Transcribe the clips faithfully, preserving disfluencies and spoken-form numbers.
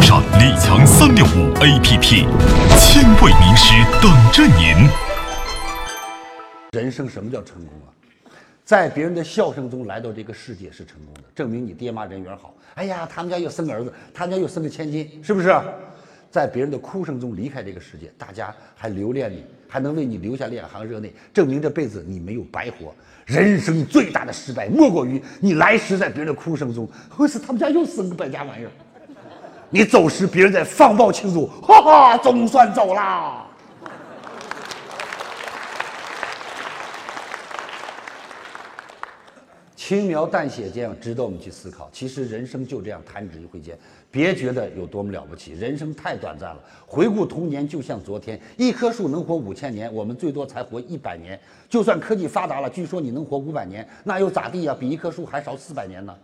上李强三六五 A P P， 千位名师等着您。 人生什么叫成功啊？在别人的笑声中来到这个世界是成功的，证明你爹妈人缘好。哎呀，他们家又生个儿子，他们家又生个千金，是不是？在别人的哭声中离开这个世界，大家还留恋你，还能为你留下两行热泪，证明这辈子你没有白活。人生最大的失败，莫过于你来时在别人的哭声中，或是他们家又生个败家玩意儿；你走时，别人在放炮庆祝，哈哈，总算走啦。轻描淡写这样值得我们去思考。其实人生就这样弹指一挥间，别觉得有多么了不起，人生太短暂了。回顾童年就像昨天，一棵树能活五千年，我们最多才活一百年。就算科技发达了，据说你能活五百年，那又咋地呀？比一棵树还少四百年呢。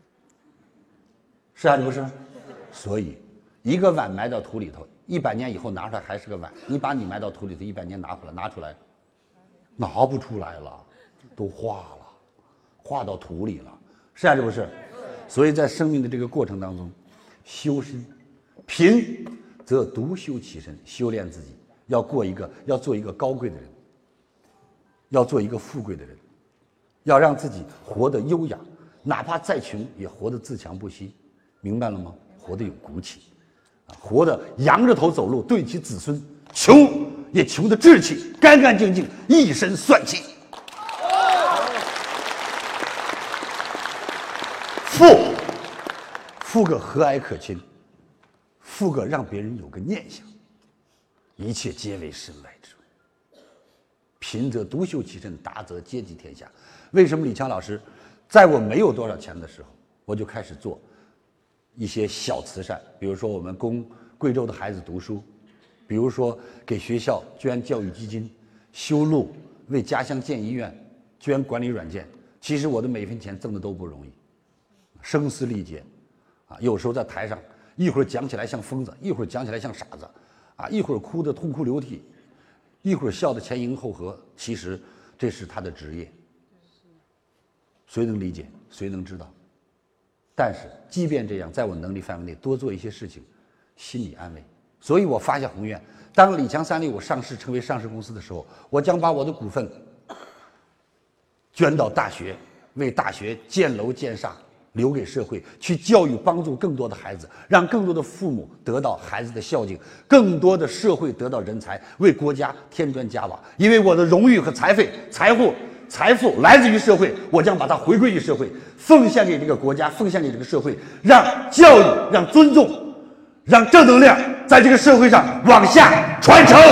是啊，是不是？所以，一个碗埋到土里头，一百年以后拿出来还是个碗。你把你埋到土里头，一百年拿回来，拿出来，拿不出来了，都化了。化到土里了，是啊，是不是？所以在生命的这个过程当中，修身，贫则独修其身，修炼自己，要过一个，要做一个高贵的人，要做一个富贵的人，要让自己活得优雅，哪怕再穷也活得自强不息，明白了吗？活得有骨气，啊，活得仰着头走路，对其子孙，穷也穷得志气，干干净净，一身帅气。富，富个和蔼可亲，富个让别人有个念想，一切皆为身外之物。贫则独修其身，达则兼济天下。为什么李强老师在我没有多少钱的时候，我就开始做一些小慈善，比如说我们供贵州的孩子读书，比如说给学校捐教育基金，修路，为家乡建医院，捐管理软件。其实我的每一分钱挣的都不容易。声嘶力竭，啊，有时候在台上，一会儿讲起来像疯子，一会儿讲起来像傻子，啊，一会儿哭得痛哭流涕，一会儿笑得前迎后合。其实这是他的职业，谁能理解？谁能知道？但是即便这样，在我能力范围内多做一些事情，心里安慰。所以我发下宏愿：当李强三六五上市成为上市公司的时候，我将把我的股份捐到大学，为大学建楼建厦。留给社会，去教育帮助更多的孩子，让更多的父母得到孩子的孝敬，更多的社会得到人才，为国家添砖加瓦。因为我的荣誉和财费、财富、财富来自于社会，我将把它回归于社会，奉献给这个国家，奉献给这个社会，让教育、让尊重、让正能量在这个社会上往下传承。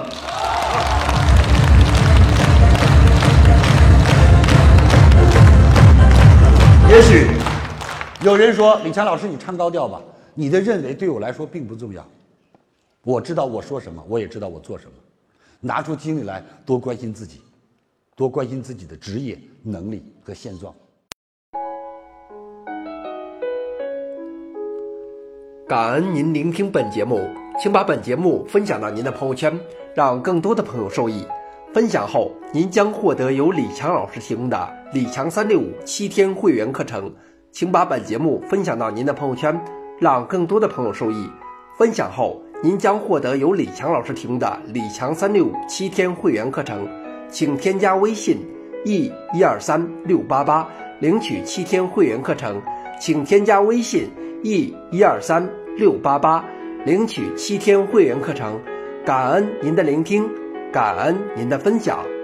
也许有人说，李强老师你唱高调吧，你的认为对我来说并不重要。我知道我说什么，我也知道我做什么。拿出精力来，多关心自己，多关心自己的职业能力和现状。 感恩您聆听本节目，请把本节目分享到您的朋友圈，让更多的朋友受益。分享后，您将获得由李强老师提供的李强三六五七天会员课程。请把本节目分享到您的朋友圈，让更多的朋友受益。分享后，您将获得由李强老师提供的李强三六五七天会员课程。请添加微信 e 一二三六八八领取七天会员课程。请添加微信 e 一二三六八八领取七天会员课程。感恩您的聆听，感恩您的分享。